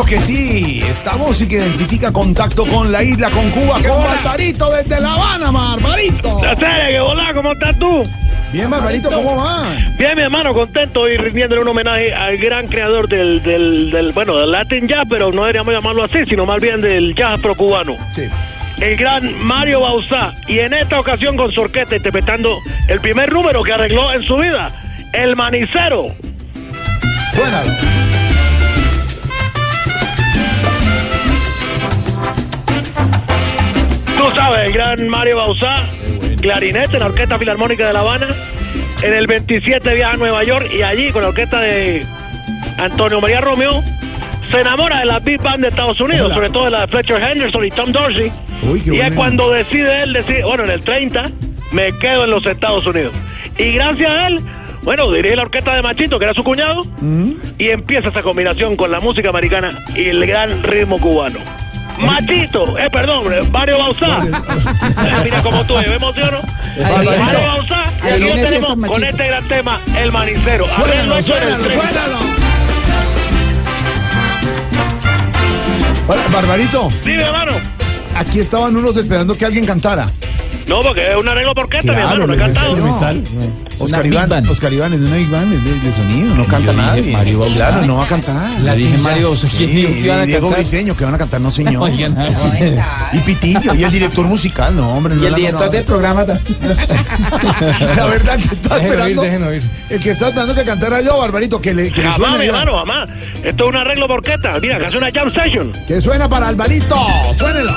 que sí. Esta música identifica contacto con la isla, con Cuba, con Barbarito desde La Habana, Barbarito. ¿Qué hola? ¿Cómo estás tú? Bien, Barbarito, ¿cómo va? Bien, mi hermano, contento y rindiéndole un homenaje al gran creador del Latin Jazz, pero no deberíamos llamarlo así, sino más bien del jazz pro-cubano. Sí. El gran Mario Bauzá, y en esta ocasión con su orquesta interpretando el primer número que arregló en su vida, El Manicero. Suénalo. Tú sabes, el gran Mario Bauzá, clarinete en la Orquesta Filarmónica de La Habana. En el 27 viaja a Nueva York y allí con la orquesta de Antonio María Romeo se enamora de la Big Band de Estados Unidos, sobre todo de la de Fletcher Henderson y Tom Dorsey. Uy, qué y es bueno. cuando decide, bueno, en el 30 me quedo en los Estados Unidos. Y gracias a él, bueno, dirige la orquesta de Machito, que era su cuñado, y empieza esa combinación con la música americana y el gran ritmo cubano. Machito, Mario Bauzá. Mira cómo tú, me emociono. Mario Bauzá, y aquí lo tenemos con este gran tema, El Manicero. Haberlo hecho en el 30. Hola, Barbarito. Dime, hermano. Aquí estaban unos esperando que alguien cantara. No, porque es un arreglo por orquesta, mi hermano, no he cantado. Instrumental. Oscar Iván es de una Big Band, es de sonido, no canta nadie. Mario Bauzá. Claro, no va a cantar. La dije Mario Bauzá. ¿Quién dijo que iban a Diego cantar? Briseño, que van a cantar, no señor. Oigan, Y Pitillo, y el director musical, no, hombre. y el director del programa también. La verdad, que está esperando. Déjenlo ir. El que está esperando que cantara yo, Barbarito, que le Jamás, suene. mi hermano, jamás. Esto es un arreglo por orquesta. Mira, que hace una jam session. Que suena para Alvarito, suénelo.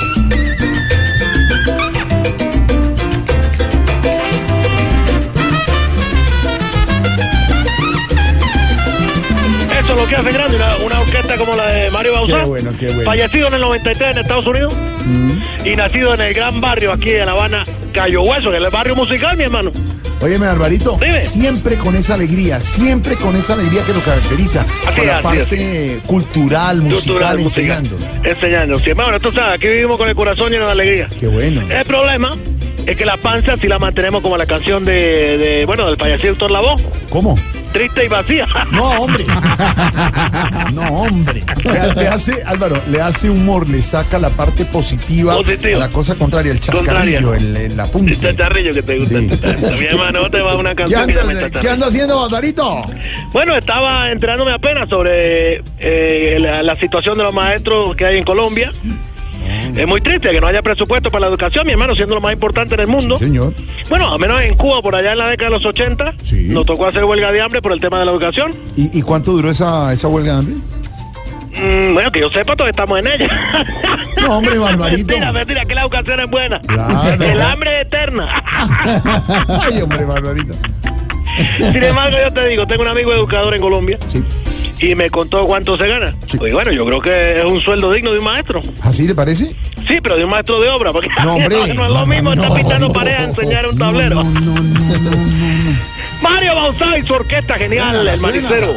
Eso es lo que hace grande una orquesta como la de Mario Bauzá. Qué bueno, qué bueno. Fallecido en el 93 en Estados Unidos y nacido en el gran barrio aquí de La Habana, Cayo Hueso, que es el barrio musical, mi hermano. Óyeme, Alvarito, Dime. siempre con esa alegría que lo caracteriza, Así con la es, parte cultural, musical, enseñando. Enseñando. Sí, hermano, tú sabes, aquí vivimos con el corazón lleno de alegría. Qué bueno. El problema es que la panza sí la mantenemos como la canción del fallecido Héctor Lavoe, ¿Cómo? triste y vacía. No, hombre. No, hombre. Álvaro, le hace humor, le saca la parte positiva, Positiva. a la cosa contraria, el chascarrillo, el apunte. El chascarrillo que te gusta. Sí. Mi hermano, te va una ¿Qué canción que se llama ¿Qué anda haciendo, Alvarito? Bueno, estaba enterándome apenas sobre la situación de los maestros que hay en Colombia. Es muy triste que no haya presupuesto para la educación, mi hermano, siendo lo más importante en el mundo. Señor. Bueno, al menos en Cuba, por allá en la década de los 80, Sí. nos tocó hacer huelga de hambre por el tema de la educación. ¿Y cuánto duró esa huelga de hambre? Bueno, que yo sepa, todavía estamos en ella. No, hombre, Barbarito. Mentira, que la educación es buena. Claro. El hambre es eterna. Ay, hombre, Barbarito. Sin embargo, yo te digo, tengo un amigo educador en Colombia Sí. y me contó cuánto se gana. Sí. Pues bueno, yo creo que es un sueldo digno de un maestro. ¿Así le parece? Sí, pero de un maestro de obra, porque No, hombre. no es lo mismo estar pintando paredes a enseñar un tablero. No. Mario Bauzá y su orquesta genial, Suena, El Manicero.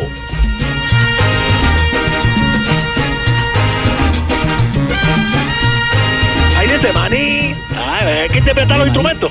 Ahí dice Maní. Hay que interpretar los instrumentos.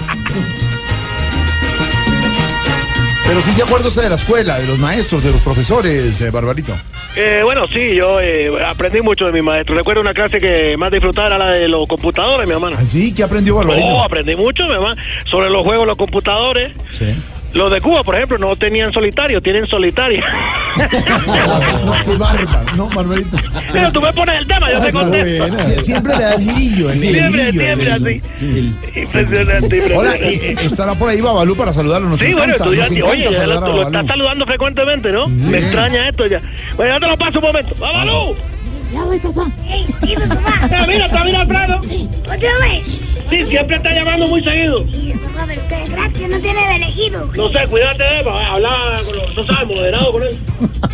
Pero sí se acuerda usted de la escuela, de los maestros, de los profesores, Barbarito. Bueno, sí, yo aprendí mucho de mi maestro. Recuerdo una clase que más disfrutaba era la de los computadores, mi hermano. ¿Sí? ¿Qué aprendió Barbarito? Oh, aprendí mucho, mi hermano, sobre los juegos, los computadores. Sí. Los de Cuba, por ejemplo, no tenían solitario, tienen solitaria. No, qué bárbaro. No, Barbarito. Pero tú me pones el tema, yo te contesto. Siempre le da el girillo. Siempre así. Impresionante. Hola, estará por ahí Babalú para saludarlo. Nos Sí, bueno, encanta, estudiante, nos encanta oye, ya saludar a lo Babalú. estás saludando frecuentemente, ¿no? Me extraña esto ya. Bueno, ya te lo paso un momento. ¡Babalú! Ya voy, papá. Dime, papá. Mira, está bien Alfredo. ¿Otra vez? Sí, siempre está llamando muy seguido. Sí, papá, pero qué desgracia, no tiene de elegido. No sé, cuídate de él, hablar con los, no sabes, moderado con él.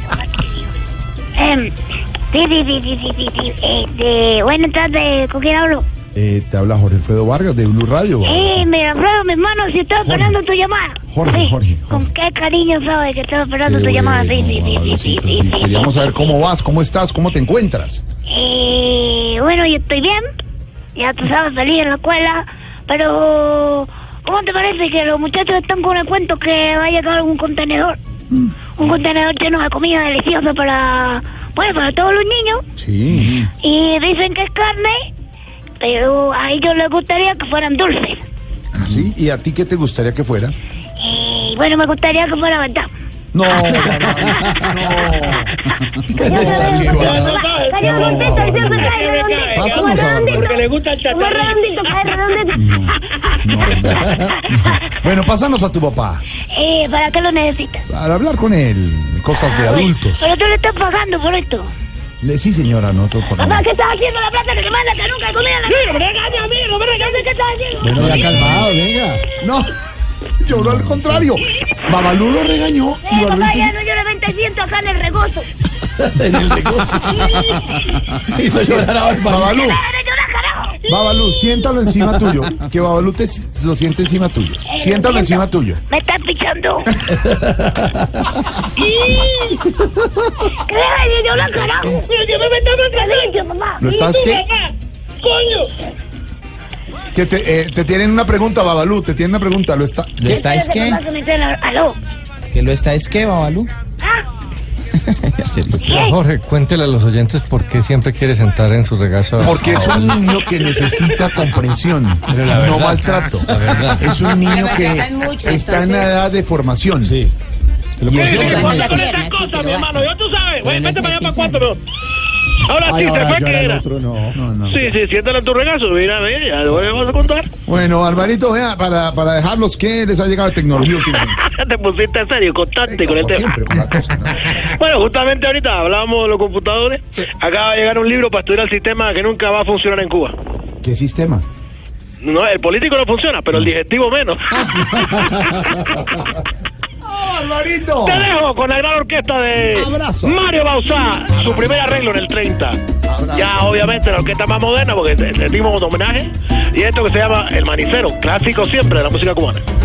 Sí. Buenas tardes, ¿con quién hablo? Te habla Jorge Alfredo Vargas de Blue Radio. Mira, Alfredo, mi hermano, si estaba esperando tu llamada. Jorge. Con qué cariño sabes que estaba esperando tu llamada. Sí. Queríamos saber cómo vas, cómo estás, cómo te encuentras. Bueno, yo estoy bien. Ya tú sabes, salí en la escuela. Pero, ¿cómo te parece que los muchachos están con el cuento que va a llegar un contenedor? Un contenedor lleno de comida deliciosa para bueno, para todos los niños. Sí. Y dicen que es carne, pero a ellos les gustaría que fueran dulces. ¿Sí? ¿Y a ti qué te gustaría que fuera? Y bueno, me gustaría que fuera verdad. No, Pásanos a Barbarito. Porque le gusta el chatarrín. Bueno, pásanos a tu papá ¿Para qué lo necesitas? para hablar con él. Cosas de adultos. Pero tú le estás pagando por esto. Sí, señora, nosotros Papá, pagamos. ¿qué estás haciendo la plata que te manda que nunca comida? No me regañes a mí, no me regañes, ¿qué estás haciendo? Bueno, ya calmado, venga. No, yo no, al contrario. Babalú lo regañó y Papá, Barbarito ya no llora 20 acá en el regozo. en el negocio. Hizo llorar a Barbarito. Babalú, ¡Deja de llorar, carajo! Babalú, siéntalo encima tuyo. Que Babalú lo siente encima tuyo. Siéntalo encima tuyo. Me estás pichando. ¿Qué deja de llorar, carajo? Pero yo me meto en silencio, mamá. ¿Lo estás qué? ¡Coño! Que te tienen una pregunta, Babalú. Te tienen una pregunta. ¿Lo está? ¿Lo está es qué? ¿Aló? ¿Que lo está es qué, Babalú? ¿Ah? Ya se ríe. ¿Qué? Jorge, cuéntele a los oyentes por qué siempre quiere sentar en su regazo. Porque es un niño que necesita comprensión, no maltrato. Es un niño que maltratan mucho, está en entonces- la edad de formación. Sí. Sí, Pero sí, levanta con la estas pierna, sí, cosas, pero mi va. hermano, yo tú sabes. Bueno, Bueno, vete para allá estás para cuatro, pero... Ahora sí, se fue que era. No. Sí, siéntale en tu regazo, mira, ya lo vamos a contar. Bueno, Alvarito, vea, para dejarlos, ¿qué les ha llegado de tecnología últimamente? Te pusiste en serio, constante con el Por tema. siempre, con la cosa, ¿no? Bueno, justamente ahorita hablábamos de los computadores. Acaba de llegar un libro para estudiar el sistema que nunca va a funcionar en Cuba. ¿Qué sistema? No, el político no funciona, pero el digestivo menos. Alvarito! Te dejo con la gran orquesta de Abrazo. Mario Bauzá, su primer arreglo en el 30. Abrazo. Ya obviamente la orquesta más moderna porque le dimos un homenaje. Y esto que se llama El Manicero, clásico siempre de la música cubana.